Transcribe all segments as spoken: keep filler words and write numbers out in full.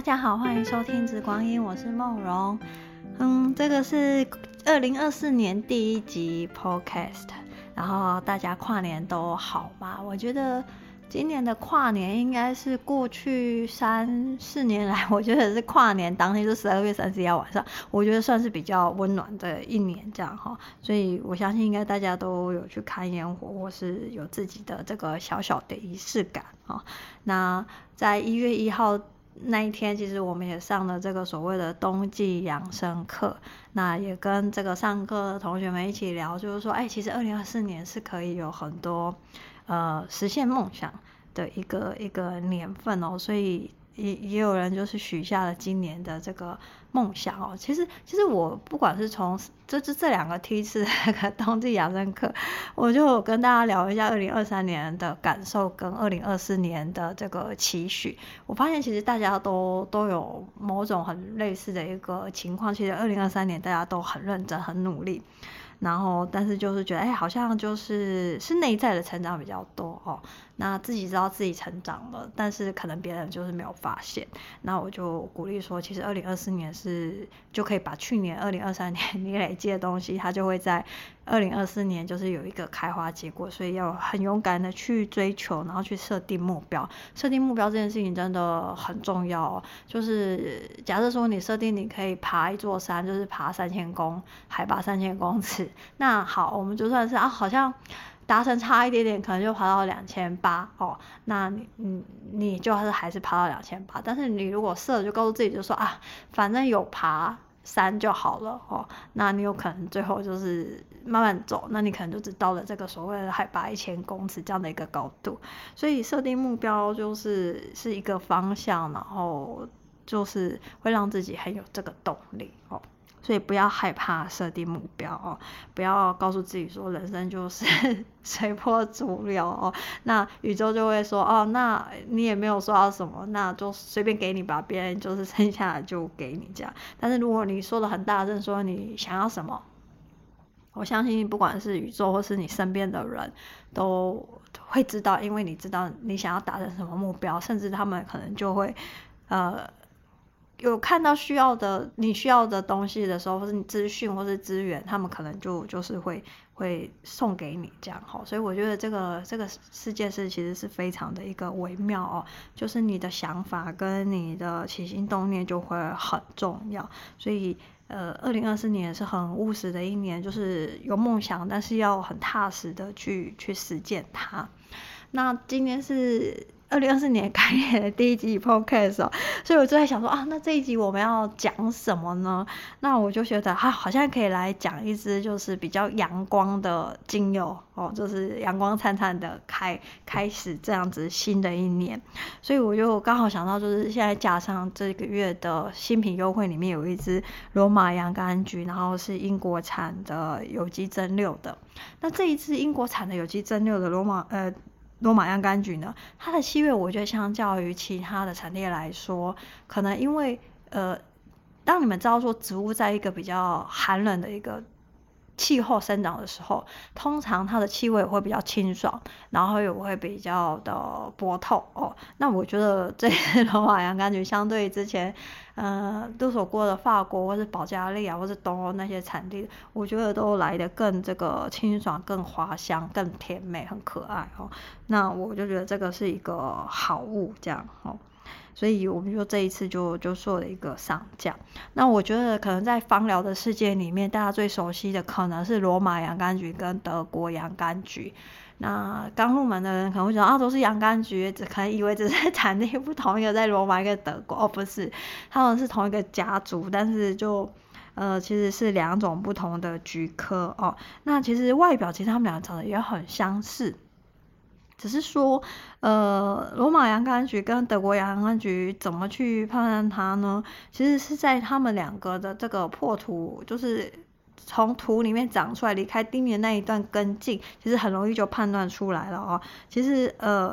家好，欢迎收听紫光阴，我是梦荣。嗯，这个是二零二四年第一集 podcast， 然后大家跨年都好吗？我觉得今年的跨年应该是过去三四年来，我觉得是跨年当天就十二月三十一号晚上，我觉得算是比较温暖的一年这样哈，所以我相信应该大家都有去看烟火，或是有自己的这个小小的仪式感哈。那在一月一号那一天，其实我们也上了这个所谓的冬季养生课，那也跟这个上课的同学们一起聊，就是说，哎，其实二零二四年是可以有很多呃实现梦想的一个一个年份哦，所以也也有人就是许下了今年的这个梦想哦。其实其实我不管是从这这这两个梯次那个冬季养生课，我就跟大家聊一下二零二三年的感受跟二零二四年的这个期许。我发现其实大家都都有某种很类似的一个情况，其实二零二三年大家都很认真很努力，然后但是就是觉得哎，好像就是是内在的成长比较多哦。那自己知道自己成长了，但是可能别人就是没有发现。那我就鼓励说，其实二零二四年是就可以把去年二零二三年你累积的东西，它就会在二零二四年就是有一个开花结果，所以要很勇敢的去追求，然后去设定目标。设定目标这件事情真的很重要哦。就是假设说你设定你可以爬一座山，就是爬三千公海拔三千公尺，那好，我们就算是啊，好像达成差一点点，可能就爬到两千八哦。那你你你就是还是爬到两千八，但是你如果设就告诉自己就说啊，反正有爬山就好了哦。那你有可能最后就是慢慢走，那你可能就只到了这个所谓的海拔一千公尺这样的一个高度。所以设定目标就是是一个方向，然后就是会让自己很有这个动力哦。所以不要害怕设定目标哦，不要告诉自己说人生就是随波逐流哦，那宇宙就会说哦，那你也没有说到什么，那就随便给你吧，别人就是剩下的就给你这样。但是如果你说的很大声，说你想要什么，我相信不管是宇宙或是你身边的人都会知道，因为你知道你想要达成什么目标，甚至他们可能就会呃有看到需要的你需要的东西的时候，或是你资讯或是资源，他们可能就就是会会送给你这样齁。所以我觉得这个这个世界是其实是非常的一个微妙哦，就是你的想法跟你的起心动念就会很重要。所以呃，二零二四年是很务实的一年，就是有梦想，但是要很踏实的去去实践它。那今天是二零二四年开年的第一集 podcast 哦，所以我就在想说啊，那这一集我们要讲什么呢？那我就觉得啊，好像可以来讲一支就是比较阳光的精油哦，就是阳光灿灿的开开始这样子新的一年。所以我就刚好想到，就是现在加上这个月的新品优惠里面有一支罗马洋甘菊，然后是英国产的有机蒸馏的。那这一支英国产的有机蒸馏的罗马呃。罗马洋甘菊呢，它的气味我觉得相较于其他的产地来说，可能因为呃，当你们知道说植物在一个比较寒冷的一个气候生长的时候，通常它的气味会比较清爽，然后也会比较的薄透哦。那我觉得这次罗马洋甘菊相对于之前呃都所过的法国或是保加利亚或是东欧那些产地，我觉得都来得更这个清爽、更花香、更甜美、很可爱哦。那我就觉得这个是一个好物，这样哦。所以我们就这一次就就做了一个上架。那我觉得可能在芳疗的世界里面，大家最熟悉的可能是罗马洋甘菊跟德国洋甘菊。那刚入门的人可能会觉得啊，都是洋甘菊，只可能以为只是产地不同，一个在罗马，一个德国。哦，不是，他们是同一个家族，但是就呃其实是两种不同的菊科哦。那其实外表其实他们俩长得也很相似。只是说，呃，罗马洋甘菊跟德国洋甘菊怎么去判断它呢？其实是在他们两个的这个破土，就是从土里面长出来，离开地面那一段根茎，其实很容易就判断出来了哦。其实，呃。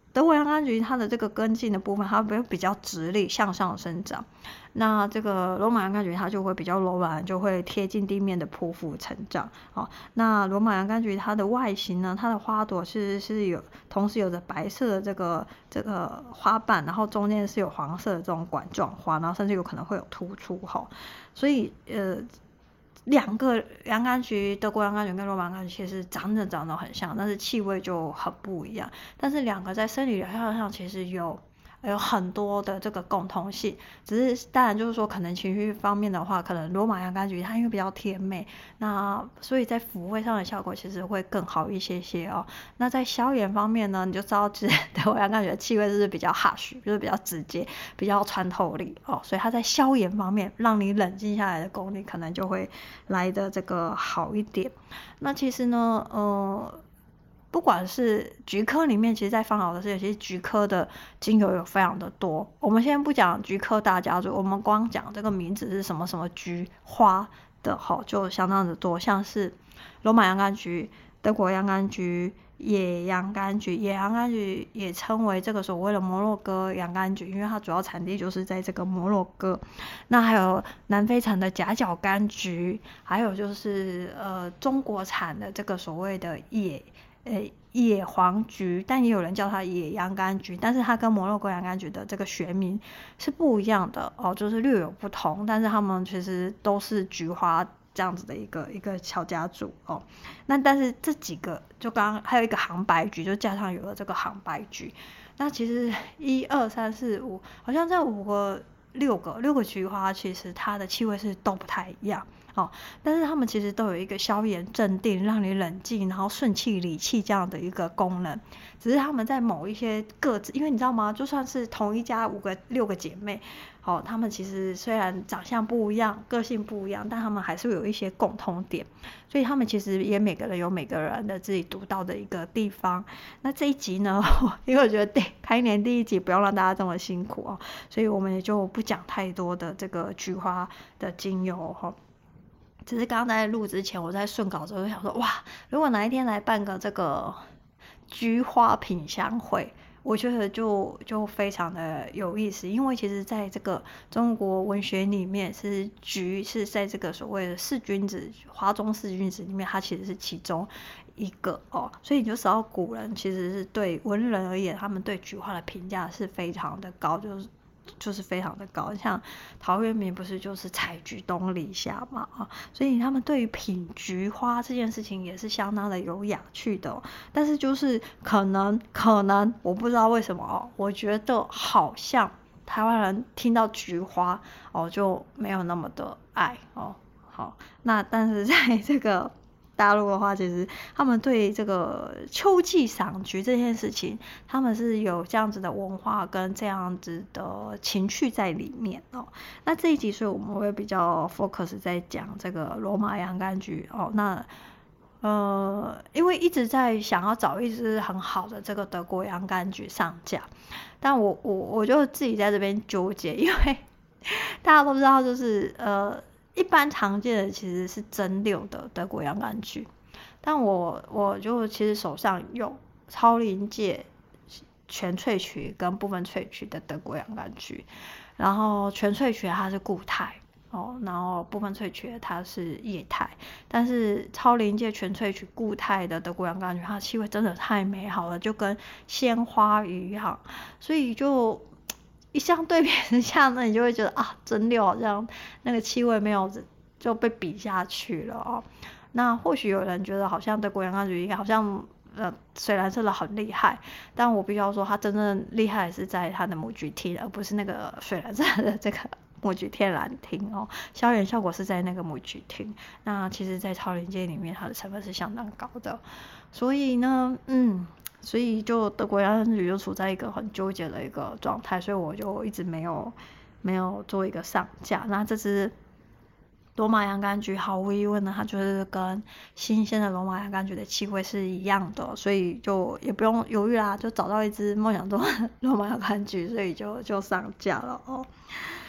德国洋甘菊它的这个根茎的部分，它会比较直立向上生长。那这个罗马洋甘菊它就会比较柔软，就会贴近地面的匍匐成长。哦，那罗马洋甘菊它的外形呢，它的花朵是是有同时有着白色的这个这个花瓣，然后中间是有黄色的这种管状花，然后甚至有可能会有突出哈、哦。所以呃。两个洋甘菊，德国洋甘菊跟罗马洋甘菊其实长得长得很像，但是气味就很不一样。但是两个在生理疗效上其实有有很多的这个共通性，只是当然就是说，可能情绪方面的话，可能罗马洋甘菊它因为比较甜美，那所以在抚慰上的效果其实会更好一些些哦。那在消炎方面呢，你就知道，其实德国洋甘菊的气味是比较 harsh， 就是比较直接，比较穿透力哦，所以它在消炎方面，让你冷静下来的功力可能就会来的这个好一点。那其实呢，呃。不管是菊科里面，其实在芳疗的世界，其实菊科的精油有非常的多。我们先不讲菊科大家族，我们光讲这个名字是什么什么菊花的哈，就相当的多，像是罗马洋甘菊、德国洋甘菊、野洋甘菊，野洋甘菊也称为这个所谓的摩洛哥洋甘菊，因为它主要产地就是在这个摩洛哥。那还有南非产的夹角柑橘，还有就是呃中国产的这个所谓的野。呃，野黄菊，但也有人叫它野洋甘菊，但是它跟摩洛哥洋甘菊的这个学名是不一样的哦，就是略有不同，但是它们其实都是菊花这样子的一个一个小家族哦。那但是这几个，就刚刚还有一个杭白菊，就加上有了这个杭白菊，那其实一二三四五，好像这五个、六个、六个菊花，其实它的气味是都不太一样。哦，但是他们其实都有一个消炎镇定，让你冷静，然后顺气理气这样的一个功能。只是他们在某一些各自，因为你知道吗？就算是同一家五个、六个姐妹，哦，她们其实虽然长相不一样，个性不一样，但她们还是有一些共通点。所以他们其实也每个人有每个人的自己独到的一个地方。那这一集呢，因为我觉得开年第一集不用让大家这么辛苦哦，所以我们也就不讲太多的这个菊花的精油哈。只是刚刚在录之前，我在顺稿的时候就想说，哇，如果哪一天来办个这个菊花品香会，我觉得就就非常的有意思，因为其实在这个中国文学里面，是菊是在这个所谓的四君子花中四君子里面，它其实是其中一个哦，所以你就知道古人其实是对文人而言，他们对菊花的评价是非常的高，就是。就是非常的高，像陶渊明不是就是采菊东篱下嘛啊，所以他们对于品菊花这件事情也是相当的有雅趣的、哦。但是就是可能可能我不知道为什么哦，我觉得好像台湾人听到菊花哦就没有那么的爱哦。好，那但是在这个。大陆的话，其实他们对这个秋季赏菊这件事情，他们是有这样子的文化跟这样子的情绪在里面哦。那这一集，所以我们会比较 focus 在讲这个罗马洋甘菊哦。那呃，因为一直在想要找一支很好的这个德国洋甘菊上架，但我我我就自己在这边纠结，因为大家都知道，就是呃。一般常见的其实是蒸馏的德国洋甘菊，但我我就其实手上有超临界全萃取跟部分萃取的德国洋甘菊，然后全萃取它是固态哦，然后部分萃取它是液态，但是超临界全萃取固态的德国洋甘菊，它的气味真的太美好了，就跟鲜花一样，所以就。一相对比之下呢，你就会觉得啊，蒸馏好像那个气味没有就被比下去了哦。那或许有人觉得好像德国洋甘菊好像呃水蓝色的很厉害，但我必须要说，它真正厉害是在它的母菊烃，而不是那个水蓝色的这个母菊天然烃哦。消炎效果是在那个母菊烃。那其实，在超临界里面，它的成分是相当高的，所以呢，嗯。所以就德国洋甘菊就处在一个很纠结的一个状态，所以我就一直没有没有做一个上架。那这支罗马洋甘菊毫无疑问呢，它就是跟新鲜的罗马洋甘菊的气味是一样的，所以就也不用犹豫啦，就找到一支梦想中的罗马洋甘菊，所以就就上架了哦。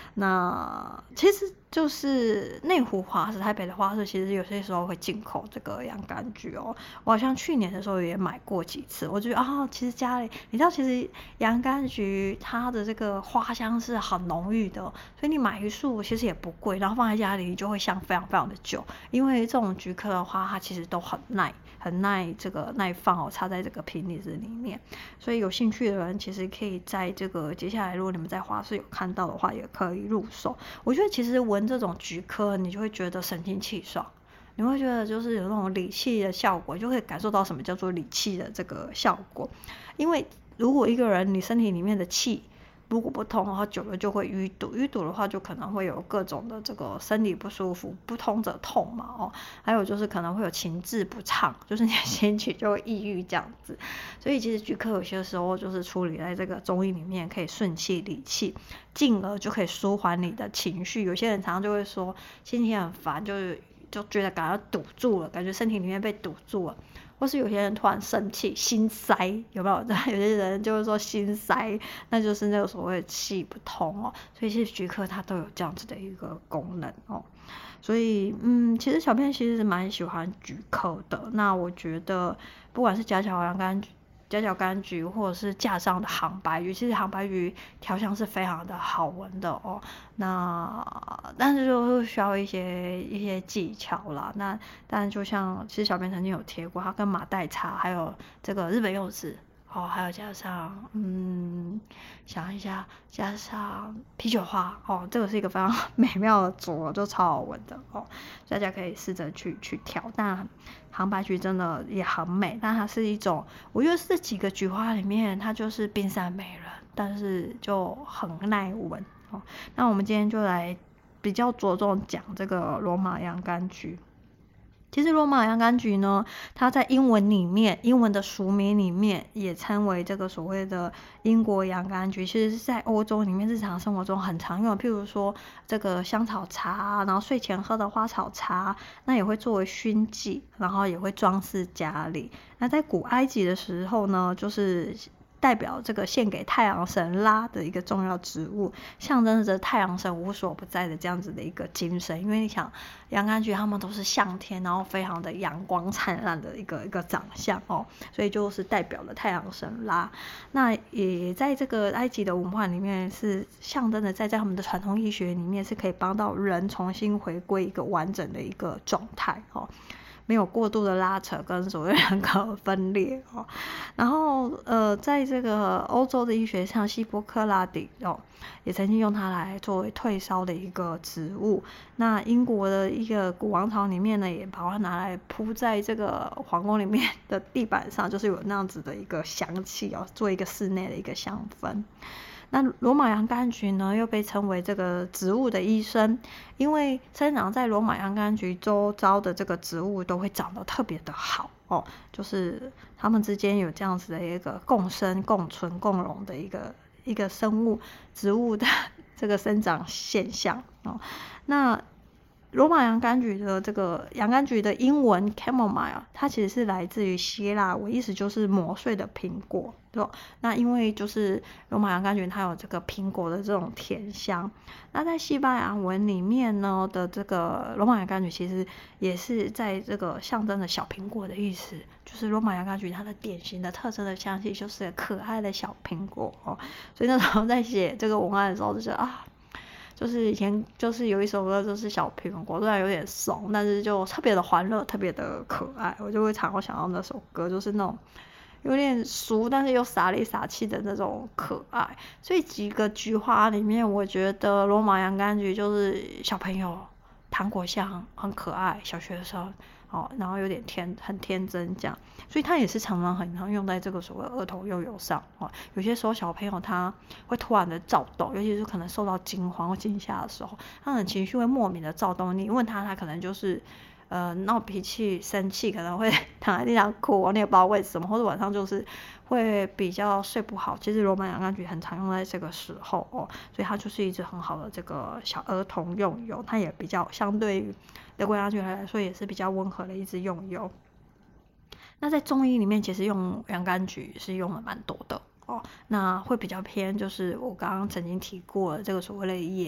那其实就是内湖花市、台北的花市，其实有些时候会进口这个洋甘菊哦。我好像去年的时候也买过几次，我觉得啊、哦，其实家里你知道，其实洋甘菊它的这个花香是很浓郁的，所以你买一束其实也不贵，然后放在家里就会香非常非常的久。因为这种菊科的花，它其实都很耐。很耐这个耐放哦，插在这个瓶子里面，所以有兴趣的人其实可以在这个接下来，如果你们在花市有看到的话，也可以入手。我觉得其实闻这种菊科，你就会觉得神清气爽，你会觉得就是有那种理气的效果，就可以感受到什么叫做理气的这个效果。因为如果一个人你身体里面的气如果不通的话，久了就会淤堵，淤堵的话就可能会有各种的这个生理不舒服，不通则痛嘛哦，还有就是可能会有情志不畅，就是你的心情就会抑郁这样子。所以其实菊科有些时候就是处理在这个中医里面可以顺气理气，进而就可以舒缓你的情绪。有些人常常就会说心情很烦，就是就觉得感觉堵住了，感觉身体里面被堵住了。或是有些人突然生气，心塞，有没有？有些人就是说心塞，那就是那个所谓的气不通哦。所以其实菊科它都有这样子的一个功能哦。所以嗯，其实小编其实是蛮喜欢菊科的。那我觉得不管是夹角洋甘菊、夹角柑橘，或者是架上的杭白菊，其实杭白菊调香是非常的好闻的哦。那但是就需要一些一些技巧啦。那但就像其实小编曾经有贴过，它跟马黛茶还有这个日本柚子哦，还有加上嗯，想一下，加上啤酒花哦，这个是一个非常美妙的组合，就超好闻的哦，大家可以试着去去调。但杭白菊真的也很美，但它是一种，我觉得是几个菊花里面，它就是冰山美人，但是就很耐闻哦。那我们今天就来比较着重讲这个罗马洋甘菊。其实罗马洋甘菊呢，它在英文里面，英文的俗名里面也称为这个所谓的英国洋甘菊，其实是在欧洲里面日常生活中很常用，譬如说这个香草茶，然后睡前喝的花草茶，那也会作为熏剂，然后也会装饰家里。那在古埃及的时候呢，就是代表这个献给太阳神拉的一个重要植物，象征着太阳神无所不在的这样子的一个精神。因为你想，洋甘菊他们都是向天，然后非常的阳光灿烂的一个一个长相哦，所以就是代表了太阳神拉。那也在这个埃及的文化里面，是象征的在在他们的传统医学里面，是可以帮到人重新回归一个完整的一个状态哦。没有过度的拉扯跟所谓人格分裂哦，然后呃，在这个欧洲的医学上，希波克拉底哦，也曾经用它来作为退烧的一个植物。那英国的一个古王朝里面呢，也把它拿来铺在这个皇宫里面的地板上，就是有那样子的一个香气哦，做一个室内的一个香氛。那罗马洋甘菊呢，又被称为这个植物的医生，因为生长在罗马洋甘菊周遭的这个植物都会长得特别的好哦，就是它们之间有这样子的一个共生、共存、共荣的一个一个生物植物的这个生长现象哦。那罗马洋甘菊的这个洋甘菊的英文 chamomile， 它其实是来自于希腊文，意思就是磨碎的苹果。对，那因为就是罗马洋甘菊它有这个苹果的这种甜香，那在西班牙文里面呢的这个罗马洋甘菊其实也是在这个象征的小苹果的意思，就是罗马洋甘菊它的典型的特征的香气就是可爱的小苹果哦，所以那时候在写这个文案的时候就觉得啊。就是以前就是有一首歌，就是小苹果，虽然有点怂，但是就特别的欢乐，特别的可爱，我就会常常想到那首歌，就是那种有点俗，但是又傻里傻气的那种可爱。所以几个菊花里面，我觉得罗马洋甘菊就是小朋友糖果香，很可爱，小学生。哦，然后有点天很天真这样，所以它也是常常很常用在这个所谓儿童用油上哦。有些时候小朋友他会突然的躁动，尤其是可能受到惊慌或惊吓的时候，他的情绪会莫名的躁动。你问他，他可能就是呃闹脾气、生气，可能会躺在地上哭，你也不知道为什么，或者晚上就是会比较睡不好。其实罗马洋甘菊很常用在这个时候哦，所以它就是一支很好的这个小儿童用油，它也比较相对于德国洋甘菊来说也是比较温和的一支用油。那在中医里面，其实用洋甘菊是用的蛮多的哦。那会比较偏，就是我刚刚曾经提过的这个所谓的野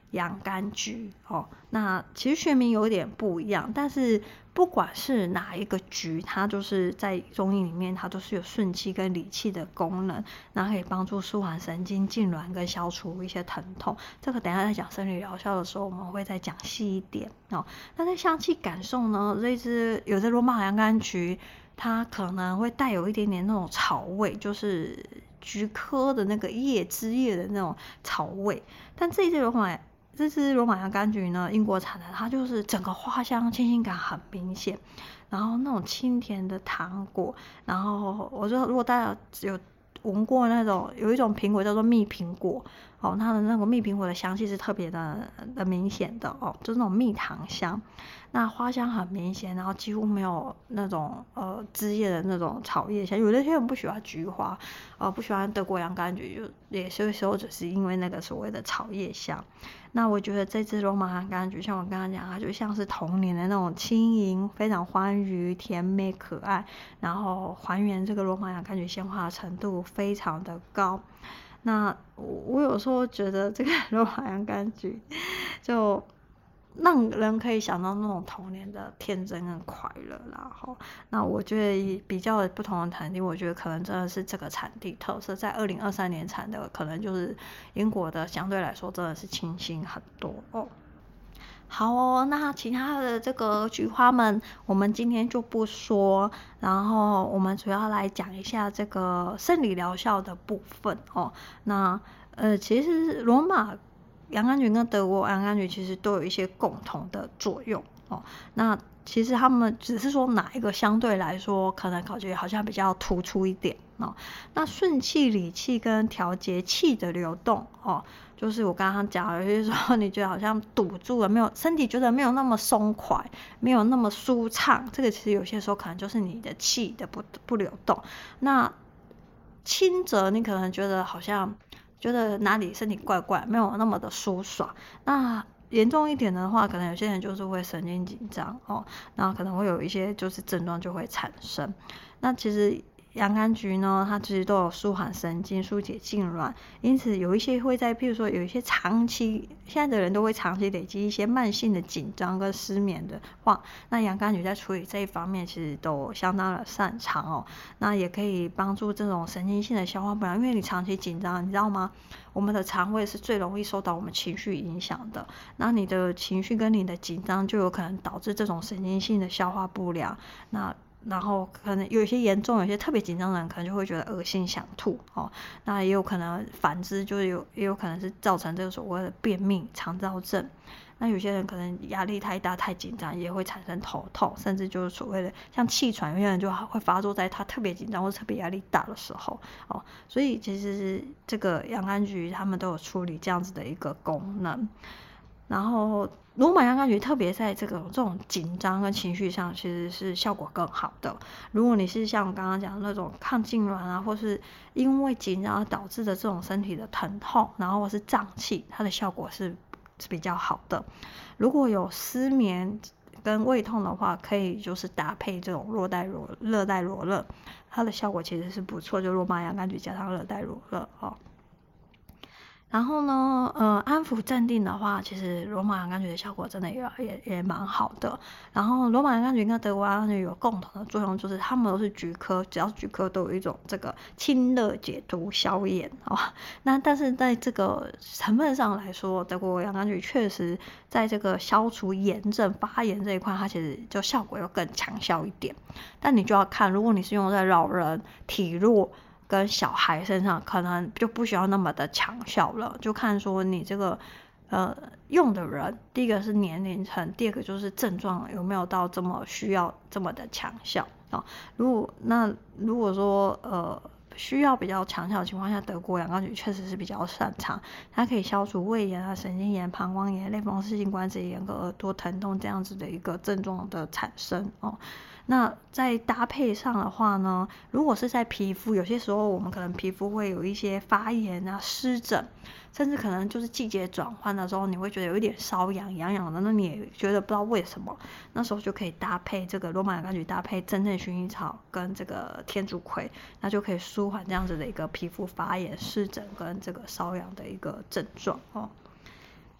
洋甘菊哦。那其实学名有点不一样，但是不管是哪一个菊，它就是在中医里面它都是有顺气跟理气的功能，那可以帮助舒缓神经痉挛跟消除一些疼痛。这个等一下在讲生理疗效的时候我们会再讲细一点哦。那在香气感受呢，这支有的罗马洋甘菊它可能会带有一点点那种草味，就是菊科的那个叶枝叶的那种草味。但这一支罗马这支罗马洋甘菊呢，英国产的，它就是整个花香清新感很明显，然后那种清甜的糖果，然后我说如果大家有闻过那种有一种苹果叫做蜜苹果哦，它的那个蜜苹果的香气是特别的的明显的哦，就是那种蜜糖香，那花香很明显，然后几乎没有那种呃枝叶的那种草叶香。有的些人不喜欢菊花，呃不喜欢德国洋甘菊，就也有时候只是因为那个所谓的草叶香。那我觉得这支罗马洋甘菊，像我刚刚讲，它就像是童年的那种轻盈，非常欢愉、甜美、可爱，然后还原这个罗马洋甘菊鲜花的程度非常的高。那我有时候觉得这个罗马洋甘菊就让人可以想到那种童年的天真跟快乐啦。那我觉得比较不同的产地，我觉得可能真的是这个产地特色，在二零二三年产的可能就是英国的，相对来说真的是清新很多哦。好哦，那其他的这个菊花们我们今天就不说，然后我们主要来讲一下这个生理疗效的部分哦。那呃，其实罗马洋甘菊跟德国洋甘菊其实都有一些共同的作用哦。那其实他们只是说哪一个相对来说可能感觉好像比较突出一点哦。那顺气理气跟调节气的流动哦，就是我刚刚讲的，有些时候你觉得好像堵住了，没有身体觉得没有那么松快，没有那么舒畅，这个其实有些时候可能就是你的气的不不流动。那轻则你可能觉得好像觉得哪里身体怪怪，没有那么的舒爽。那严重一点的话，可能有些人就是会神经紧张哦，然后可能会有一些就是症状就会产生。那其实洋甘菊呢，它其实都有舒缓神经、疏解痉挛，因此有一些会在，譬如说有一些长期，现在的人都会长期累积一些慢性的紧张跟失眠的话，那洋甘菊在处理这一方面其实都相当的擅长哦。那也可以帮助这种神经性的消化不良，因为你长期紧张，你知道吗？我们的肠胃是最容易受到我们情绪影响的，那你的情绪跟你的紧张就有可能导致这种神经性的消化不良。那然后可能有一些严重，有些特别紧张的人可能就会觉得恶心想吐哦。那也有可能反之，就是有也有可能是造成这个所谓的便秘、肠燥症。那有些人可能压力太大、太紧张，也会产生头痛，甚至就是所谓的像气喘，有些人就会发作在他特别紧张或特别压力大的时候哦。所以其实是这个洋甘菊他们都有处理这样子的一个功能。然后罗马洋甘菊特别在这个这种紧张跟情绪上其实是效果更好的。如果你是像我刚刚讲的那种抗痉挛啊，或是因为紧张而导致的这种身体的疼痛，然后或是胀气，它的效果是是比较好的。如果有失眠跟胃痛的话，可以就是搭配这种热带罗热带罗勒，它的效果其实是不错，就罗马洋甘菊加上热带罗勒哦。然后呢，呃，安抚镇定的话，其实罗马洋甘菊的效果真的也也也蛮好的。然后罗马洋甘菊跟德国洋甘菊有共同的作用，就是它们都是菊科，只要是菊科都有一种这个清热解毒消炎哦。那但是在这个成分上来说，德国洋甘菊确实在这个消除炎症发炎这一块，它其实就效果要更强效一点。但你就要看，如果你是用在老人、体弱跟小孩身上，可能就不需要那么的强效了，就看说你这个呃用的人，第一个是年龄层，第二个就是症状有没有到这么需要这么的强效哦。如果那如果说呃需要比较强效的情况下，德国洋甘菊确实是比较擅长，它可以消除胃炎啊、神经炎、膀胱炎、类风湿性关节炎和耳朵疼痛这样子的一个症状的产生哦。那在搭配上的话呢，如果是在皮肤，有些时候我们可能皮肤会有一些发炎啊、湿疹，甚至可能就是季节转换的时候，你会觉得有一点瘙痒、痒痒的，那你也觉得不知道为什么，那时候就可以搭配这个罗马洋甘菊，搭配真正薰衣草跟这个天竺葵，那就可以舒缓这样子的一个皮肤发炎、湿疹跟这个瘙痒的一个症状哦。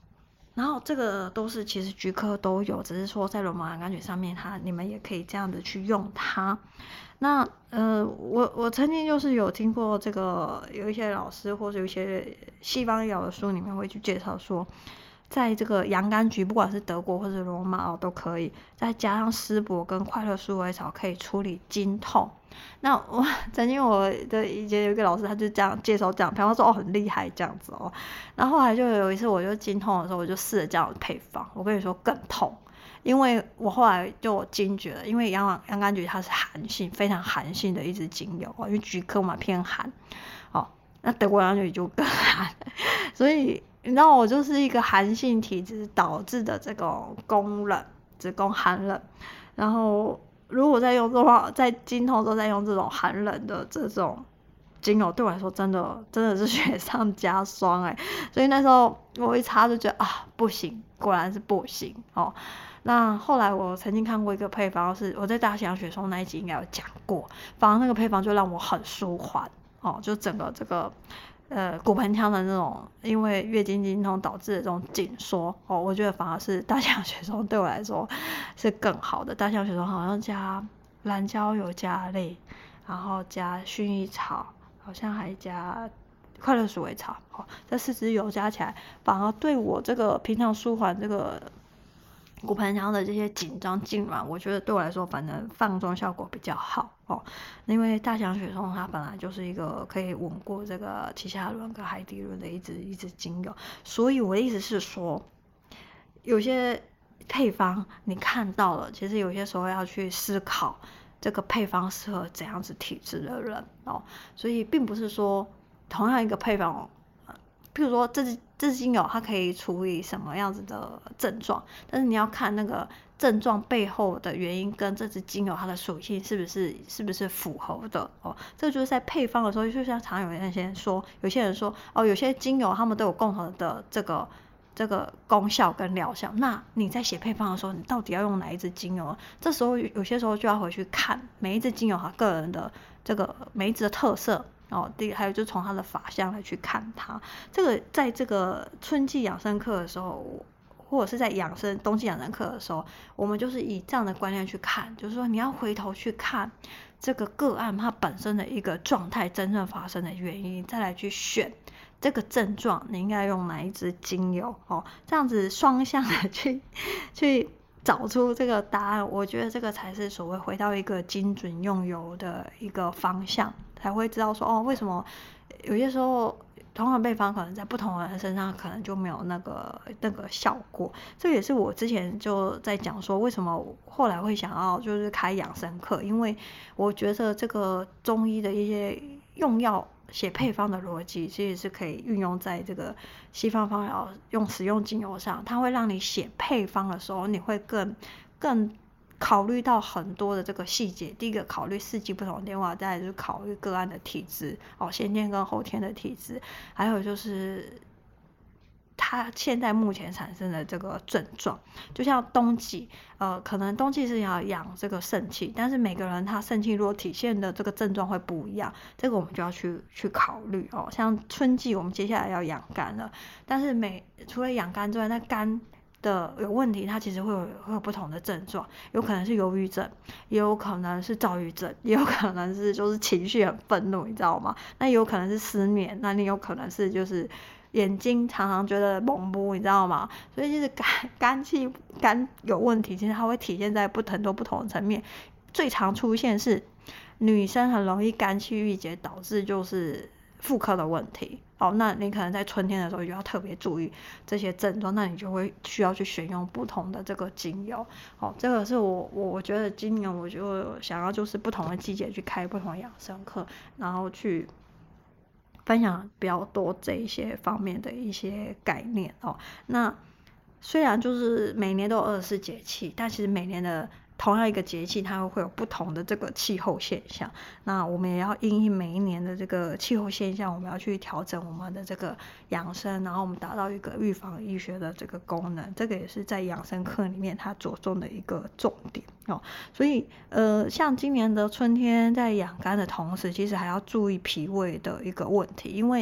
然后这个都是其实菊科都有，只是说在绒毛洋甘菊上面它你们也可以这样子去用它。那呃，我我曾经就是有听过这个，有一些老师或者有一些西方医疗的书里面会去介绍说，在这个洋甘菊，不管是德国或者罗马哦都可以，再加上丝柏跟快乐鼠尾草，可以处理经痛。那我曾经我的以前有一个老师，他就这样介绍这样，他说哦很厉害这样子哦。然后后来就有一次我就经痛的时候，我就试了这样的配方，我跟你说更痛。因为我后来就惊觉了，因为洋洋甘菊它是寒性，非常寒性的一支精油哦，因为菊科嘛偏寒，哦，那德国洋甘菊就更寒，所以你知道我就是一个寒性体质导致的这种宫冷，子宫寒冷，然后如果再用的话，在经痛的时候再用这种寒冷的这种精油，对我来说真的真的是雪上加霜哎、欸，所以那时候我一擦就觉得啊不行，果然是不行哦。那后来我曾经看过一个配方，是我在大西洋雪松那一集应该有讲过，反正那个配方就让我很舒缓哦，就整个这个呃骨盆腔的那种因为月经经痛导致的这种紧缩哦，我觉得反而是大西洋雪松对我来说是更好的。大西洋雪松好像加蓝椒油加类，然后加薰衣草，好像还加快乐鼠尾草，哦，这四支油加起来，反而对我这个平常舒缓这个骨盆腔的这些紧张痉挛，我觉得对我来说反正放松效果比较好哦。因为大西洋雪松它本来就是一个可以稳过这个奇夏伦跟海底轮的一支一支精油，所以我的意思是说，有些配方你看到了，其实有些时候要去思考这个配方适合怎样子体质的人哦。所以并不是说同样一个配方，呃、譬如说这支这支精油它可以处理什么样子的症状，但是你要看那个症状背后的原因跟这支精油它的属性是不是是不是符合的哦。这个就是在配方的时候，就像常有那些人说，有些人说哦，有些精油他们都有共同的这个这个功效跟疗效，那你在写配方的时候，你到底要用哪一支精油？这时候有些时候就要回去看每一支精油它个人的这个每一支的特色。哦，第还有就从它的法相来去看它。这个在这个春季养生课的时候，或者是在养生冬季养生课的时候，我们就是以这样的观念去看，就是说你要回头去看这个个案它本身的一个状态真正发生的原因，再来去选这个症状你应该用哪一支精油哦，这样子双向的去去找出这个答案，我觉得这个才是所谓回到一个精准用油的一个方向，才会知道说哦，为什么有些时候同样的配方可能在不同的人身上可能就没有那个那个效果。这也是我之前就在讲说，为什么后来会想要就是开养生课，因为我觉得这个中医的一些用药写配方的逻辑其实是可以运用在这个西方芳疗用使用精油上，它会让你写配方的时候，你会更更考虑到很多的这个细节。第一个考虑四季不同的变化，再来就是考虑个案的体质哦，先天跟后天的体质，还有就是它现在目前产生的这个症状。就像冬季呃，可能冬季是要养这个肾气，但是每个人他肾气如果体现的这个症状会不一样，这个我们就要去去考虑哦。像春季我们接下来要养肝了，但是每除了养肝之外，那肝的有问题，它其实会有会有不同的症状，有可能是忧郁症，也有可能是躁郁症，也有可能是就是情绪很愤怒，你知道吗？那也有可能是失眠，那你有可能是就是眼睛常常觉得蒙不，你知道吗？所以就是肝肝气肝有问题，其实它会体现在不很多不同的层面。最常出现是女生很容易肝气郁结，导致就是妇科的问题。哦，那你可能在春天的时候就要特别注意这些症状，那你就会需要去选用不同的这个精油。哦，这个是我我我觉得今年我就想要就是不同的季节去开不同的养生课，然后去分享比较多这一些方面的一些概念哦。那虽然就是每年都有二十四节气，但其实每年的同样一个节气它会有不同的这个气候现象，那我们也要因应每一年的这个气候现象，我们要去调整我们的这个养生，然后我们达到一个预防医学的这个功能，这个也是在养生课里面它着重的一个重点哦。所以呃，像今年的春天在养肝的同时，其实还要注意脾胃的一个问题，因为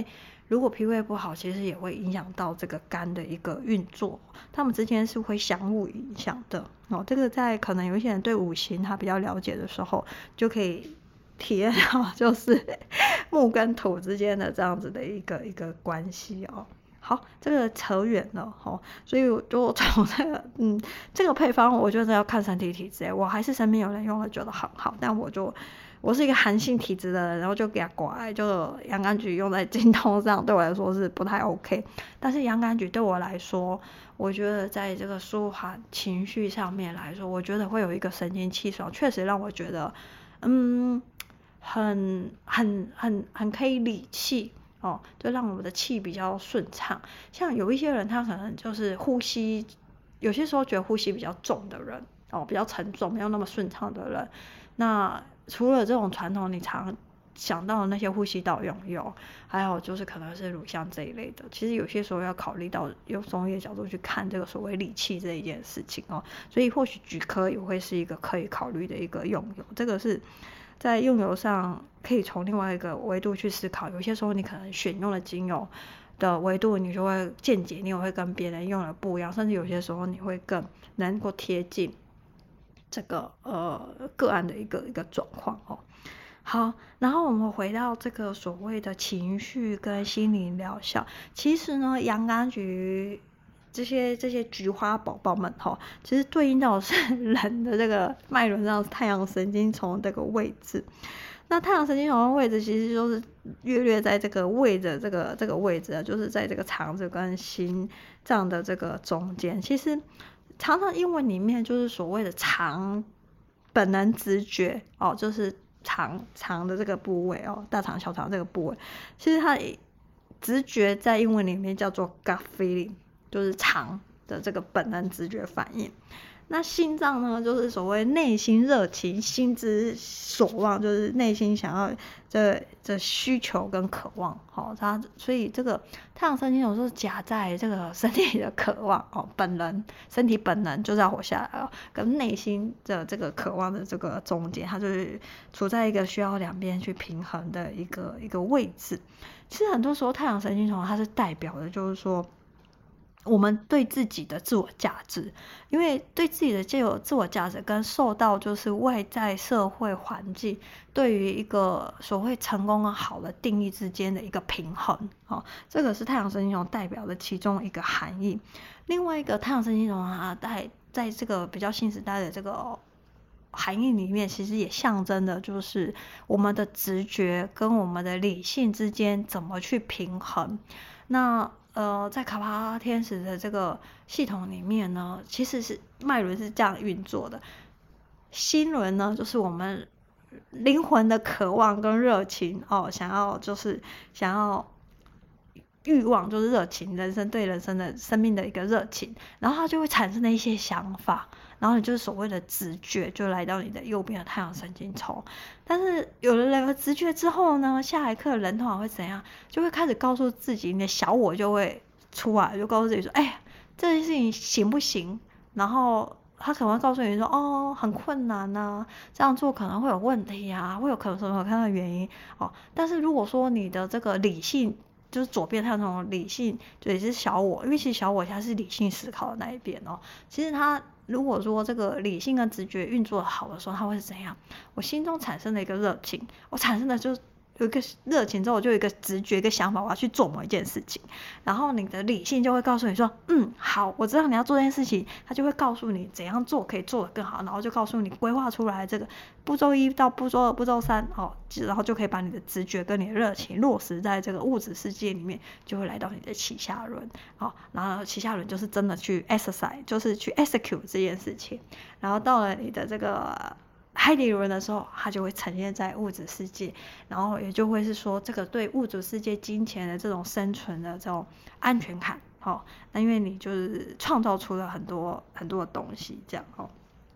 如果脾胃不好，其实也会影响到这个肝的一个运作，它们之间是会相互影响的哦。这个在可能有一些人对五行他比较了解的时候，就可以体验到就是木跟土之间的这样子的一个一个关系哦。好，这个扯远了哦，所以我就从这个嗯这个配方，我觉得要看身体体质，我还是身边有人用了觉得很好，但我就我是一个寒性体质的人，然后就给他刮，就洋甘菊用在经痛上对我来说是不太 OK， 但是洋甘菊对我来说，我觉得在这个舒缓情绪上面来说，我觉得会有一个神清气爽，确实让我觉得嗯很很很很可以理气哦，就让我们的气比较顺畅。像有一些人他可能就是呼吸，有些时候觉得呼吸比较重的人哦，比较沉重没有那么顺畅的人，那除了这种传统你常想到的那些呼吸道用油，还有就是可能是乳香这一类的，其实有些时候要考虑到用中医的角度去看这个所谓理气这一件事情哦，所以或许菊科也会是一个可以考虑的一个用油，这个是在用油上可以从另外一个维度去思考，有些时候你可能选用的精油的维度你就会见解，你也会跟别人用的不一样，甚至有些时候你会更能够贴近这个呃个案的一个一个状况哦。好，然后我们回到这个所谓的情绪跟心理疗效，其实呢，洋甘菊这些这些菊花宝宝们哈，其实对应到的是人的这个脉轮上太阳神经丛这个位置。那太阳神经丛的位置其实就是约略在这个胃的这个这个位置啊，就是在这个肠子跟心脏的这个中间。其实常常英文里面就是所谓的肠本能直觉哦，就是肠肠的这个部位哦，大肠小肠这个部位，其实它直觉在英文里面叫做 gut feeling， 就是肠的这个本能直觉反应。那心脏呢，就是所谓内心热情，心之所望，就是内心想要这这需求跟渴望，好、哦，它所以这个太阳神经有时候夹在这个身体的渴望哦，本能身体本能就是要活下来哦，跟内心的这个渴望的这个中间，它就是处在一个需要两边去平衡的一个一个位置。其实很多时候太阳神经丛它是代表的，就是说，我们对自己的自我价值，因为对自己的这有自我价值跟受到就是外在社会环境对于一个所谓成功跟好的定义之间的一个平衡，哦，这个是太阳神经丛代表的其中一个含义。另外一个太阳神经丛啊，在在这个比较新时代的这个含义里面，其实也象征的就是我们的直觉跟我们的理性之间怎么去平衡。那呃，在卡巴天使的这个系统里面呢，其实是脉轮是这样运作的。心轮呢，就是我们灵魂的渴望跟热情哦，想要就是想要欲望，就是热情，人生对人生的生命的一个热情，然后它就会产生的一些想法，然后你就是所谓的直觉，就来到你的右边的太阳神经丛。但是有了那个直觉之后呢，下一刻人通常会怎样？就会开始告诉自己，你的小我就会出来，就告诉自己说：“哎呀，这件事情行不行？”然后他可能会告诉你说：“哦，很困难啊，这样做可能会有问题啊，会有可能什么看到原因哦。”但是如果说你的这个理性，就是左边它那种理性，就也是小我，因为其实小我它是理性思考的那一边哦。其实它如果说这个理性跟直觉运作好的时候，它会是怎样？我心中产生了一个热情，我产生的就是有一个热情之后，我就有一个直觉、一个想法，我要去做某一件事情。然后你的理性就会告诉你说：“嗯，好，我知道你要做这件事情。”它就会告诉你怎样做可以做得更好，然后就告诉你规划出来这个步骤一到步骤二、步骤三哦，然后就可以把你的直觉跟你的热情落实在这个物质世界里面，就会来到你的脐下轮哦。然后脐下轮就是真的去 exercise， 就是去 execute 这件事情。然后到了你的这个海底轮的时候，它就会呈现在物质世界，然后也就会是说，这个对物质世界金钱的这种生存的这种安全感，哦，那因为你就是创造出了很多很多的东西，这样哦。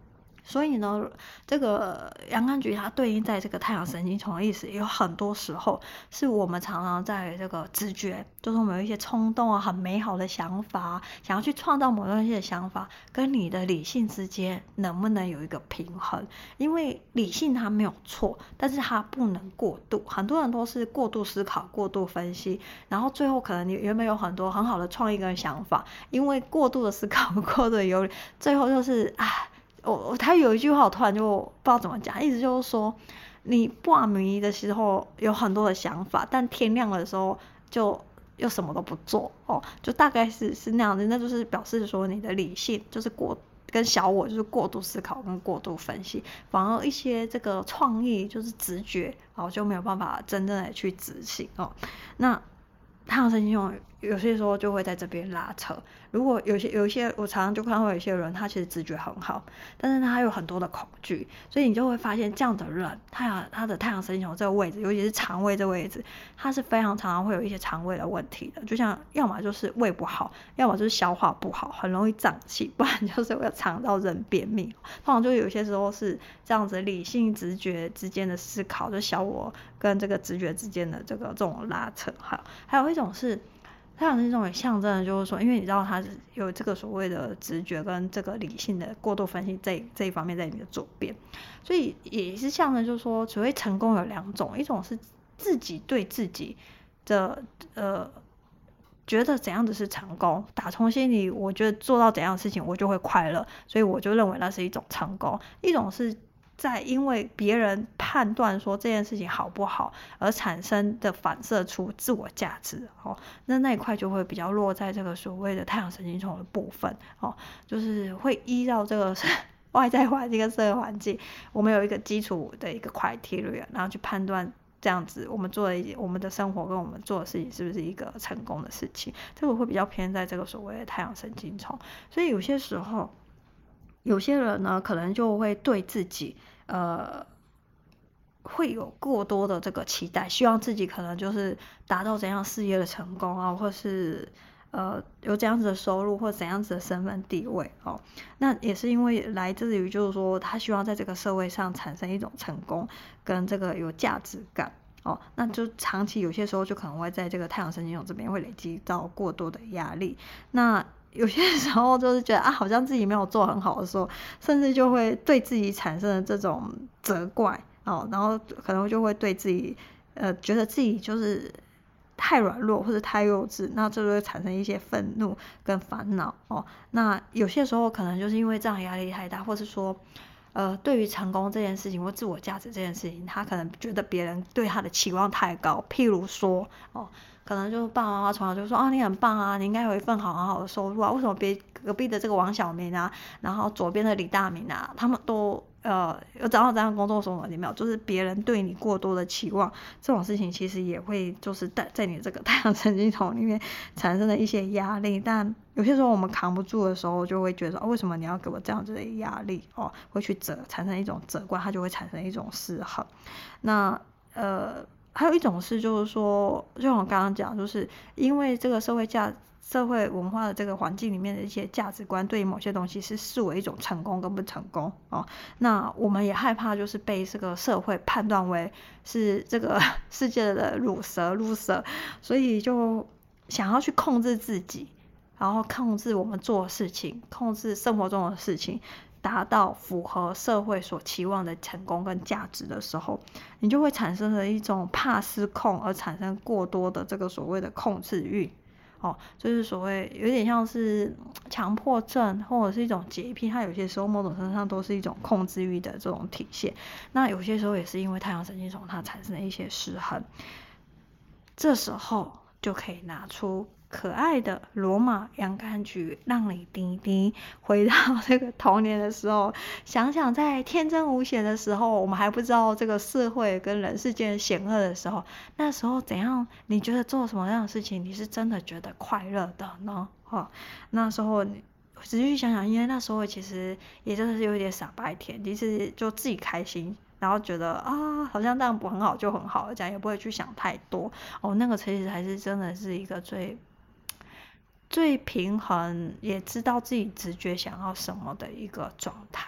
所以呢，这个阳刚局它对应在这个太阳神经丛的意思，有很多时候是我们常常在这个直觉，就是我们有一些冲动啊，很美好的想法，想要去创造某东西的想法，跟你的理性之间能不能有一个平衡？因为理性它没有错，但是它不能过度。很多人都是过度思考、过度分析，然后最后可能你原本有很多很好的创意跟想法，因为过度的思考、过度的忧虑，最后就是啊。我他有一句话我突然就不知道怎么讲，意思就是说，你半迷的时候有很多的想法，但天亮的时候就又什么都不做哦，就大概是是那样子，那就是表示说你的理性就是过跟小我就是过度思考跟过度分析，反而一些这个创意就是直觉哦就没有办法真正的去执行哦，那太阳神经丛有些时候就会在这边拉扯。如果有些有一些，我常常就看到有一些人，他其实直觉很好，但是他有很多的恐惧，所以你就会发现这样的人，太阳他的太阳神经丛这个位置，尤其是肠胃这个位置，他是非常常常会有一些肠胃的问题的。就像要么就是胃不好，要么就是消化不好，很容易胀气，不然就是会肠道人便秘。通常就有些时候是这样子，理性直觉之间的思考，就小我跟这个直觉之间的这个这种拉扯。还有还有一种是。太阳神经丛也象征的就是说，因为你知道它有这个所谓的直觉跟这个理性的过度分析这这一方面在你的左边，所以也是象征就是说，所谓成功有两种，一种是自己对自己的呃觉得怎样子是成功，打从心里我觉得做到怎样的事情我就会快乐，所以我就认为那是一种成功。一种是在因为别人判断说这件事情好不好而产生的反射出自我价值哦，那那一块就会比较落在这个所谓的太阳神经丛的部分哦，就是会依照这个外在环境跟社会环境，我们有一个基础的一个 criteria， 然后去判断这样子我们做的我们的生活跟我们做的事情是不是一个成功的事情，这个会比较偏在这个所谓的太阳神经丛。所以有些时候有些人呢可能就会对自己呃会有过多的这个期待，希望自己可能就是达到怎样事业的成功啊，或是呃有怎样子的收入或怎样子的身份地位哦，那也是因为来自于就是说他希望在这个社会上产生一种成功跟这个有价值感哦，那就长期有些时候就可能会在这个太阳神经丛这边会累积到过多的压力，那有些时候就是觉得啊好像自己没有做很好的时候，甚至就会对自己产生了这种责怪哦，然后可能就会对自己呃觉得自己就是太软弱或者太幼稚，那这就会产生一些愤怒跟烦恼哦。那有些时候可能就是因为这样压力太大，或是说呃对于成功这件事情或自我价值这件事情，他可能觉得别人对他的期望太高，譬如说哦可能就爸爸妈妈从小就说啊你很棒啊，你应该有一份好很好的收入啊，为什么别隔壁的这个王小明啊，然后左边的李大明啊，他们都呃有找到这样工作什么你没有，就是别人对你过多的期望，这种事情其实也会就是在在你这个太阳神经丛里面产生的一些压力，但有些时候我们扛不住的时候，就会觉得哦为什么你要给我这样子的压力哦，会去责产生一种责怪，它就会产生一种失衡。那呃还有一种是就是说，就像我刚刚讲，就是因为这个社会价社会文化的这个环境里面的一些价值观，对于某些东西是视为一种成功跟不成功哦。那我们也害怕就是被这个社会判断为是这个世界的乳蛇 loser， 所以就想要去控制自己，然后控制我们做的事情，控制生活中的事情，达到符合社会所期望的成功跟价值的时候，你就会产生了一种怕失控而产生过多的这个所谓的控制欲哦，就是所谓有点像是强迫症或者是一种洁癖，它有些时候某种程度上都是一种控制欲的这种体现。那有些时候也是因为太阳神经丛它产生的一些失衡，这时候就可以拿出可爱的罗马洋甘菊，让你滴滴回到这个童年的时候，想想在天真无邪的时候，我们还不知道这个社会跟人世间险恶的时候，那时候怎样？你觉得做什么样的事情，你是真的觉得快乐的呢？哈，那时候你仔细想想，因为那时候其实也真的是有点傻白甜，其实就自己开心。然后觉得啊，好像这样不很好就很好，这样也不会去想太多哦。那个其实还是真的是一个最最平衡，也知道自己直觉想要什么的一个状态。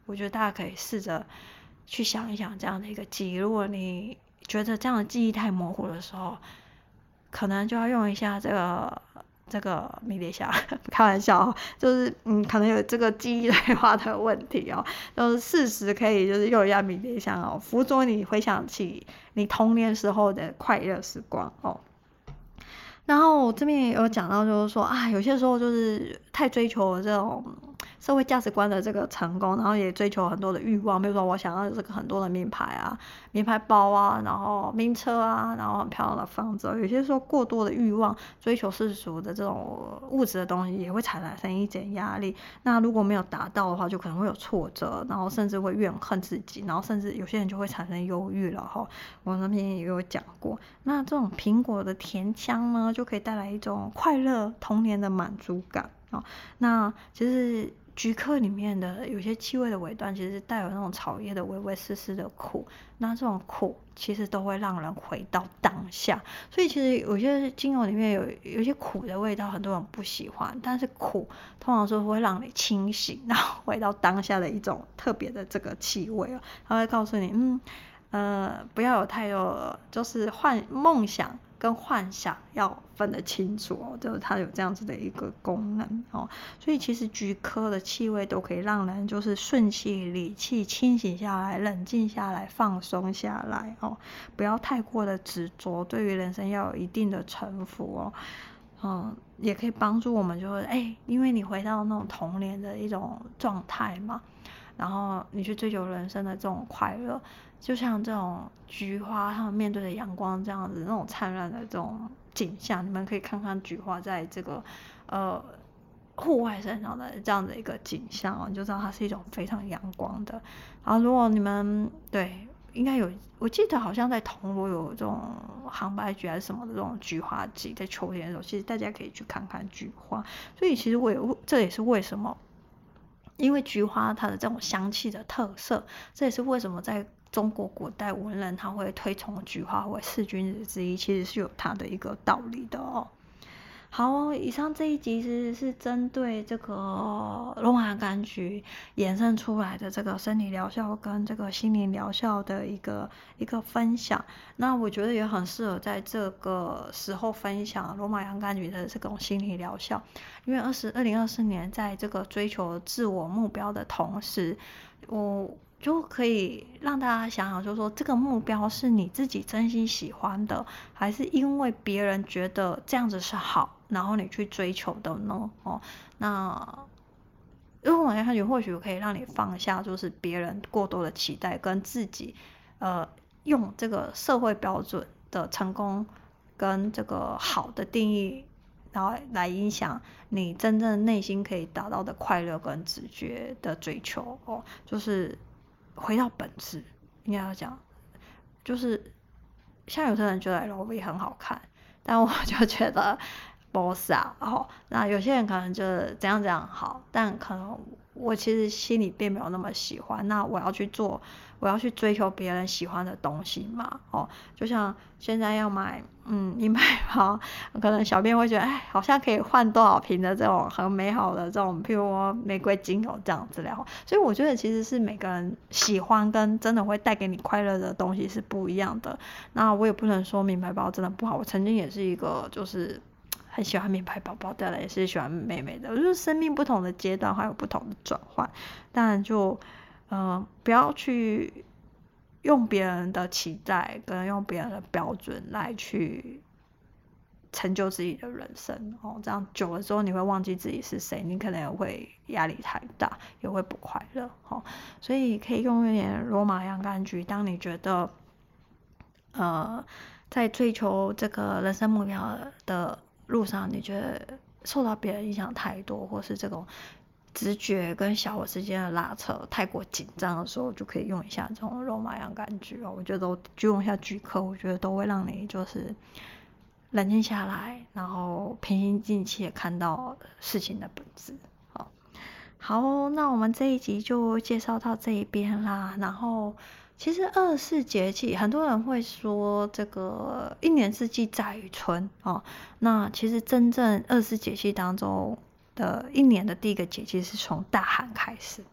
我觉得大家可以试着去想一想这样的一个记忆。如果你觉得这样的记忆太模糊的时候，可能就要用一下这个这个迷迭香，开玩笑哦，就是嗯，可能有这个记忆退化的问题哦，就是适时可以就是用一下迷迭香哦，辅佐你回想起你童年时候的快乐时光哦。然后我这边也有讲到，就是说啊，有些时候就是太追求这种社会价值观的这个成功，然后也追求很多的欲望，比如说我想要这个很多的名牌啊、名牌包啊，然后名车啊，然后很漂亮的房子。有些时候过多的欲望，追求世俗的这种物质的东西，也会产生一点压力。那如果没有达到的话，就可能会有挫折，然后甚至会怨恨自己，然后甚至有些人就会产生忧郁了哈。我那边也有讲过，那这种苹果的甜香呢，就可以带来一种快乐童年的满足感哦。那其实菊科里面的有些气味的尾段，其实带有那种草叶的微微丝丝的苦，那这种苦其实都会让人回到当下。所以其实有些精油里面有有些苦的味道，很多人不喜欢，但是苦通常是会让你清醒，然后回到当下的一种特别的这个气味哦。它会告诉你，嗯。呃，不要有太多，就是幻梦想跟幻想要分得清楚哦，就是它有这样子的一个功能哦。所以其实菊科的气味都可以让人就是顺气、理气、清醒下来、冷静下来、放松下来哦，不要太过的执着，对于人生要有一定的臣服哦。嗯，也可以帮助我们，就是哎、欸，因为你回到那种童年的一种状态嘛，然后你去追求人生的这种快乐，就像这种菊花，它们面对着阳光这样子，那种灿烂的这种景象，你们可以看看菊花在这个呃户外身上的这样的一个景象哦，你就知道它是一种非常阳光的。然后如果你们对。应该有，我记得好像在铜锣有这种杭白菊还是什么的这种菊花季，在秋天的时候，其实大家可以去看看菊花。所以其实我也这也是为什么，因为菊花它的这种香气的特色，这也是为什么在中国古代文人他会推崇菊花为四君子之一，其实是有它的一个道理的哦。好，以上这一集其实是针对这个罗马柑橘衍生出来的这个生理疗效跟这个心灵疗效的一个一个分享。那我觉得也很适合在这个时候分享罗马洋甘菊的这种心理疗效，因为二十二零二四年在这个追求自我目标的同时，我。就可以让大家想想，就是说这个目标是你自己真心喜欢的，还是因为别人觉得这样子是好，然后你去追求的呢？哦，那如果我来看，你或许可以让你放下，就是别人过多的期待，跟自己呃用这个社会标准的成功跟这个好的定义，然后来影响你真正内心可以达到的快乐跟直觉的追求哦，就是。回到本质，应该要讲，就是像有些人觉得 L V 很好看，但我就觉得不是啊。哦，那有些人可能就是怎样怎样好，但可能我其实心里并没有那么喜欢。那我要去做，我要去追求别人喜欢的东西嘛。哦，就像现在要买嗯名牌包，可能小编会觉得，哎，好像可以换多少瓶的这种很美好的这种，譬如说玫瑰精油这样子了。所以我觉得其实是每个人喜欢跟真的会带给你快乐的东西是不一样的。那我也不能说名牌包真的不好，我曾经也是一个就是很喜欢名牌包包，当然也是喜欢美美的。就是生命不同的阶段还有不同的转换，当然就呃不要去。用别人的期待跟用别人的标准来去成就自己的人生哦，这样久了之后你会忘记自己是谁，你可能也会压力太大，也会不快乐哦。所以可以用一点罗马洋甘菊，当你觉得呃在追求这个人生目标的路上，你觉得受到别人影响太多，或是这种。直觉跟小我之间的拉扯太过紧张的时候，就可以用一下这种罗马洋甘菊哦。我觉得都就用一下菊科，我觉得都会让你就是冷静下来，然后平心静气的看到事情的本质。好，好，那我们这一集就介绍到这一边啦。然后，其实二十四节气，很多人会说这个一年四季在于春哦。那其实真正二十四节气当中。的一年的第一个节气是从大寒开始，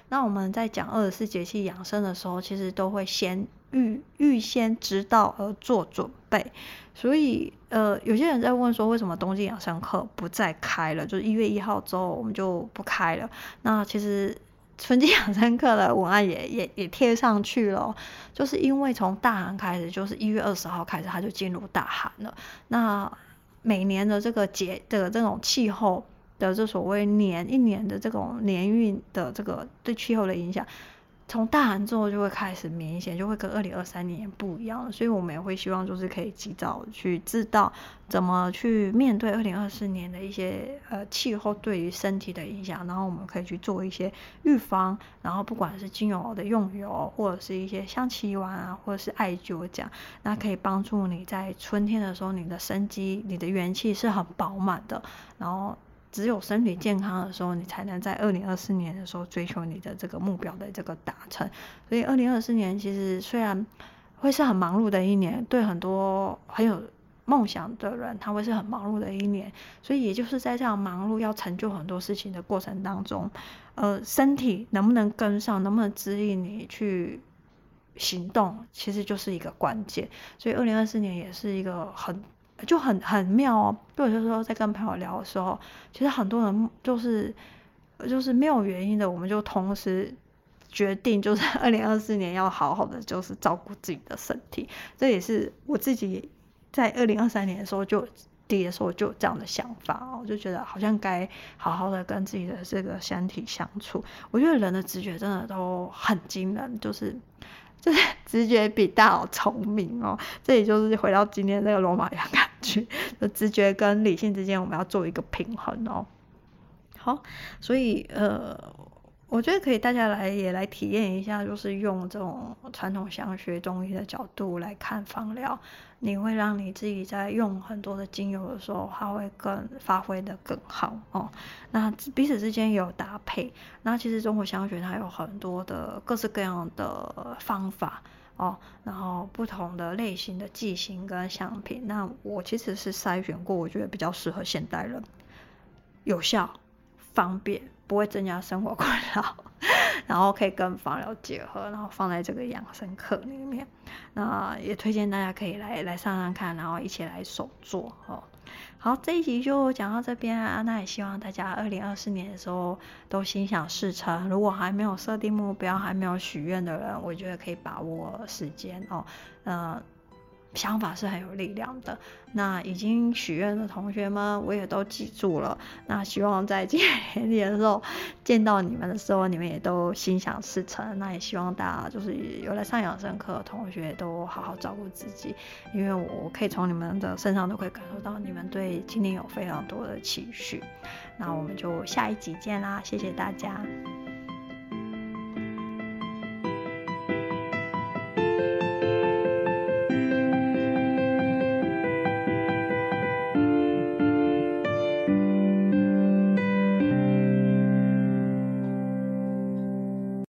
那我们在讲二十四节气养生的时候，其实都会先预预先知道而做准备。所以呃，有些人在问说，为什么冬季养生课不再开了？就是一月一号之后我们就不开了。那其实春季养生课的文案也也也贴上去了，就是因为从大寒开始，就是一月二十号开始，它就进入大寒了。那每年的这个节的这种气候的这所谓年一年的这种年运的这个对气候的影响，从大寒之后就会开始明显，就会跟二零二三年不一样了。所以我们也会希望就是可以及早去知道怎么去面对二零二四年的一些呃气候对于身体的影响，然后我们可以去做一些预防，然后不管是精油的用油，或者是一些香气丸啊，或者是艾灸这样，那可以帮助你在春天的时候，你的生机、你的元气是很饱满的，然后只有身体健康的时候，你才能在二零二四年的时候追求你的这个目标的这个达成。所以二零二四年其实虽然会是很忙碌的一年，对很多很有梦想的人，他会是很忙碌的一年。所以也就是在这样忙碌要成就很多事情的过程当中，呃，身体能不能跟上，能不能指引你去行动，其实就是一个关键。所以二零二四年也是一个很就很很妙哦。对我就是说，在跟朋友聊的时候，其实很多人就是就是没有原因的，我们就同时决定，就是二零二四年要好好的就是照顾自己的身体。这也是我自己在二零二三年的时候就第一的时候就有这样的想法哦，我就觉得好像该好好的跟自己的这个身体相处。我觉得人的直觉真的都很惊人，就是就是直觉比大脑聪明哦。这也就是回到今天这个罗马洋感觉，就直觉跟理性之间我们要做一个平衡哦。好，所以呃，我觉得可以大家来也来体验一下，就是用这种传统香学中医的角度来看芳疗，你会让你自己在用很多的精油的时候，它会更发挥的更好哦。那彼此之间也有搭配。那其实中国香学它有很多的各式各样的方法哦，然后不同的类型的剂型跟香品。那我其实是筛选过，我觉得比较适合现代人，有效、方便，不会增加生活困扰，然后可以跟芳疗结合，然后放在这个养生课里面。那也推荐大家可以来来上上看，然后一起来手做哦。好，这一集就讲到这边啊。那也希望大家二零二四年的时候都心想事成。如果还没有设定目标、还没有许愿的人，我觉得可以把握时间哦。呃。想法是很有力量的。那已经许愿的同学们，我也都记住了。那希望在今年年底的时候见到你们的时候，你们也都心想事成。那也希望大家就是有来上养生课的同学都好好照顾自己，因为我可以从你们的身上都可以感受到你们对今年有非常多的期许。那我们就下一集见啦，谢谢大家。